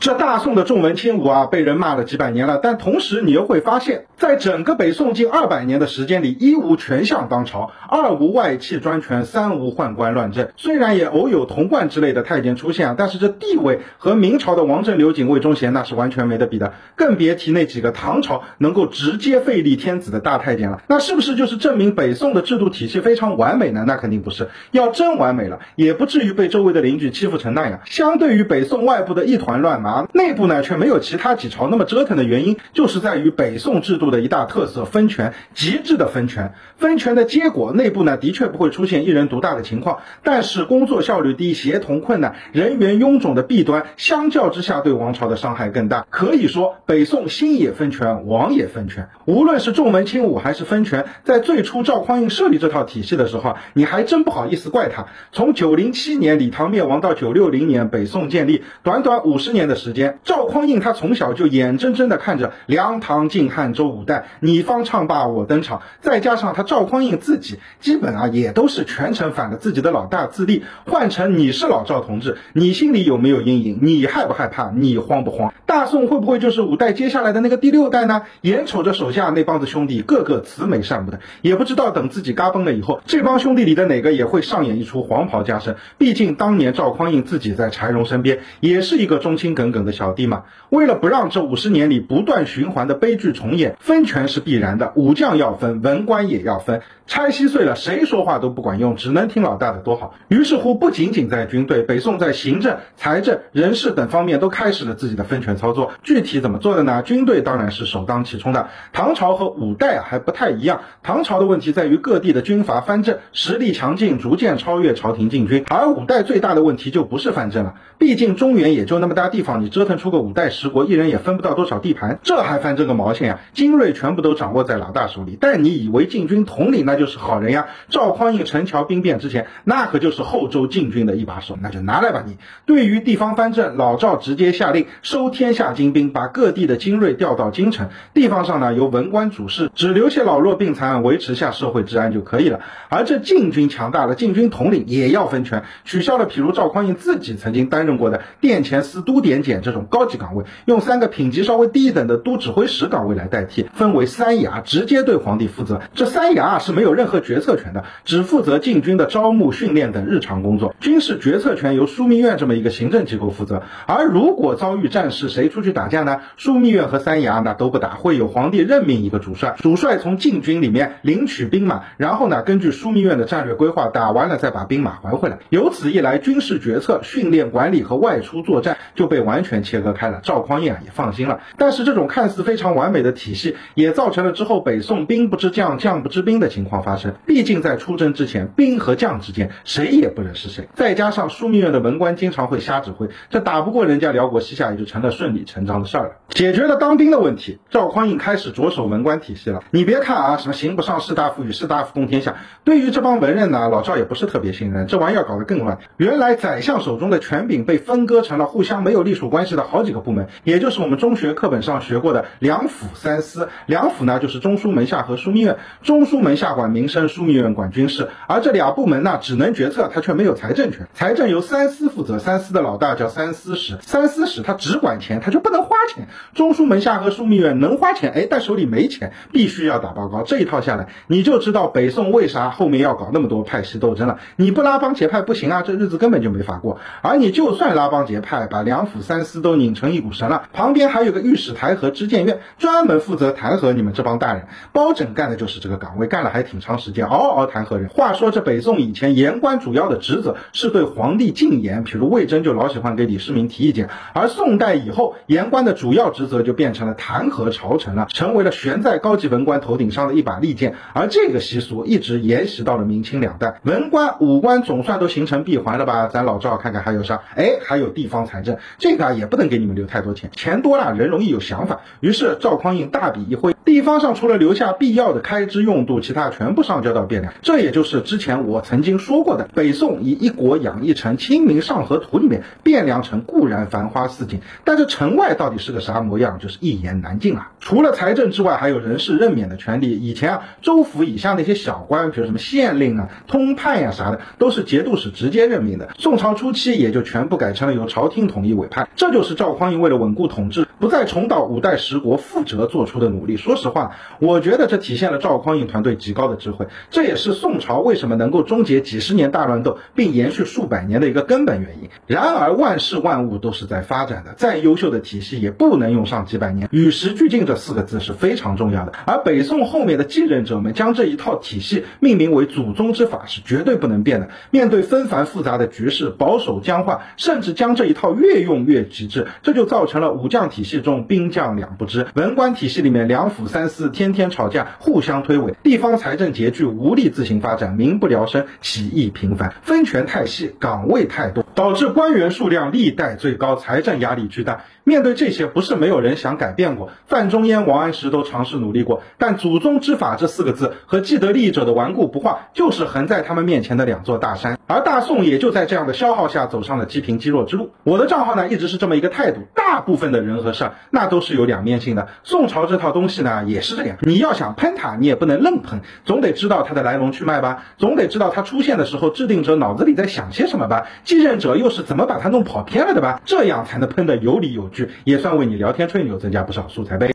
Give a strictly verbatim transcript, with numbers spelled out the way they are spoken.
这大宋的重文轻武啊，被人骂了几百年了，但同时你又会发现，在整个北宋近二百年的时间里，一无权相当朝，二无外戚专权，三无宦官乱政。虽然也偶有童贯之类的太监出现啊，但是这地位和明朝的王振、刘瑾、魏忠贤那是完全没得比的，更别提那几个唐朝能够直接废立天子的大太监了。那是不是就是证明北宋的制度体系非常完美呢？那肯定不是。要真完美了，也不至于被周围的邻居欺负成那样。相对于北宋外部的一团乱麻，内部呢却没有其他几朝那么折腾的原因，就是在于北宋制度的一大特色——分权，极致的分权。分权的结果，内部呢的确不会出现一人独大的情况，但是工作效率低、协同困难、人员臃肿的弊端，相较之下对王朝的伤害更大。可以说，北宋兴也分权，亡也分权。无论是重文轻武还是分权，在最初赵匡胤设立这套体系的时候，你还真不好意思怪他。从九零七年李唐灭亡到九六零年北宋建立，短短五十年的时间，赵匡胤他从小就眼睁睁地看着梁唐晋汉周五代你方唱罢我登场，再加上他赵匡胤自己基本啊也都是全程反了自己的老大自立。换成你是老赵同志，你心里有没有阴影？你害不害怕？你慌不慌？大宋会不会就是五代接下来的那个第六代呢？眼瞅着手下那帮子兄弟个个慈眉善目的，也不知道等自己嘎崩了以后，这帮兄弟里的哪个也会上演一出黄袍加身。毕竟当年赵匡胤自己在柴荣身边也是一个忠心耿耿的小弟嘛。为了不让这五十年里不断循环的悲剧重演，分权是必然的，武将要分，文官也要分。拆稀碎了，谁说话都不管用，只能听老大的多好。于是乎，不仅仅在军队，北宋在行政、财政、人事等方面都开始了自己的分权操作。具体怎么做的呢？军队当然是首当其冲的。唐朝和五代啊还不太一样，唐朝的问题在于各地的军阀藩镇实力强劲，逐渐超越朝廷禁军，而五代最大的问题就不是藩镇了。毕竟中原也就那么大地方，你折腾出个五代十国，一人也分不到多少地盘，这还翻这个毛线啊？精锐全部都掌握在老大手里，但你以为禁军统领那就是好人呀？赵匡胤陈桥兵变之前，那可就是后周禁军的一把手，那就拿来吧你。对于地方藩镇，老赵直接下令收天下精兵，把各地的精锐调到京城，地方上呢由文官主事，只留些老弱病残维持下社会治安就可以了。而这禁军强大了，禁军统领也要分权，取消了譬如赵匡胤自己曾经担任过的殿前司都点检这种高级岗位，用三个品级稍微低一等的都指挥使岗位来代替，分为三衙，直接对皇帝负责。这三衙是没有任何决策权的，只负责禁军的招募、训练等日常工作，军事决策权由枢密院这么一个行政机构负责。而如果遭遇战事，谁出去打架呢？枢密院和三衙那都不打，会有皇帝任命一个主帅，主帅从禁军里面领取兵马，然后呢根据枢密院的战略规划，打完了再把兵马还回来。由此一来，军事决策、训练管理和外出作战就被完全切割开了。赵匡胤啊也放心了。但是这种看似非常完美的体系，也造成了之后北宋兵不知将，将不知兵的情况发生。毕竟在出征之前，兵和将之间谁也不认识谁，再加上枢密院的文官经常会瞎指挥，这打不过人家辽国西夏也就成了顺理成章的事儿了。解决了当兵的问题，赵匡胤开始着手文官体系了。你别看啊，什么刑不上士大夫与士大夫共天下，对于这帮文人呢，老赵也不是特别信任，这玩意儿搞得更乱。原来宰相手中的权柄被分割成了互相没有隶属关系的好几个部门，也就是我们中学课本上学过的两府三司。两府呢就是中书门下和枢密院，中书门下管民生，枢密院管军事。而这俩部门呢只能决策，它却没有财政权。财政由三司负责，三司的老大叫三司使，三司使他只管钱，他就不能花钱。中书门下和枢密院能花钱，哎，但手里没钱，必须要打报告。这一套下来，你就知道北宋为啥后面要搞那么多派系斗争了。你不拉帮结派不行啊，这日子根本就没法过。而你就算拉帮结派，把两府三司都拧成一股绳了，旁边还有个御史台和知谏院，专门负责弹劾你们这帮大人。包拯干的就是这个岗位，干了还挺长时间，嗷嗷弹劾人。话说这北宋以前言官主要的职责是对皇帝进言，比如魏征就老喜欢给李世民提意见。而宋代以后，言官的主要职责就变成了弹劾朝臣了，成为了悬在高级文官头顶上的一把利剑。而这个习俗一直沿袭到了明清两代，文官武官总算都形成闭环了吧？咱老赵看看还有啥？哎，还有地方财政，这个也不能给你们留太多钱，钱多了人容易有想法。于是赵匡胤大笔一挥，地方上除了留下必要的开支用度，其他全部上交到汴梁。这也就是之前我曾经说过的，北宋以一国养一城，清明上河图里面汴梁城固然繁花似锦，但这城外到底是个啥模样就是一言难尽啊。除了财政之外，还有人事任免的权利。以前啊，州府以下那些小官，比如什么县令啊、通判呀、啊、啥的，都是节度使直接任命的。宋朝初期也就全部改成了由朝廷统一委派。这就是赵匡胤为了稳固统治，不再重蹈五代十国覆辙做出的努力。说实话，我觉得这体现了赵匡胤团队极高的智慧，这也是宋朝为什么能够终结几十年大乱斗并延续数百年的一个根本原因。然而万事万物都是在发展的，再优秀的体系也不能用上几百年，与时俱进这四个字是非常重要的。而北宋后面的继任者们将这一套体系命名为祖宗之法是绝对不能变的。面对纷繁复杂的局势，保守僵化，甚至将这一套越用越极致，这就造成了武将体系中兵将两不知，文官体系里面两府三司天天吵架，互相推诿，地方财政拮据，无力自行发展，民不聊生，起义频繁，分权太细，岗位太多，导致官员数量历代最高，财政压力巨大。面对这些，不是没有人想改变过，范仲淹、王安石都尝试努力过，但祖宗之法这四个字和既得利益者的顽固不化，就是横在他们面前的两座大山。而大宋也就在这样的消耗下走上了积贫积弱之路。我的账号呢，一直是这么一个态度，大部分的人和事儿那都是有两面性的。宋朝这套东西呢，也是这样，你要想喷它，你也不能愣喷，总得知道它的来龙去脉吧，总得知道它出现的时候制定者脑子里在想些什么吧，继任者又是怎么把它弄跑偏了的吧，这样才能喷得有理有据，也算为你聊天吹牛增加不少素材呗。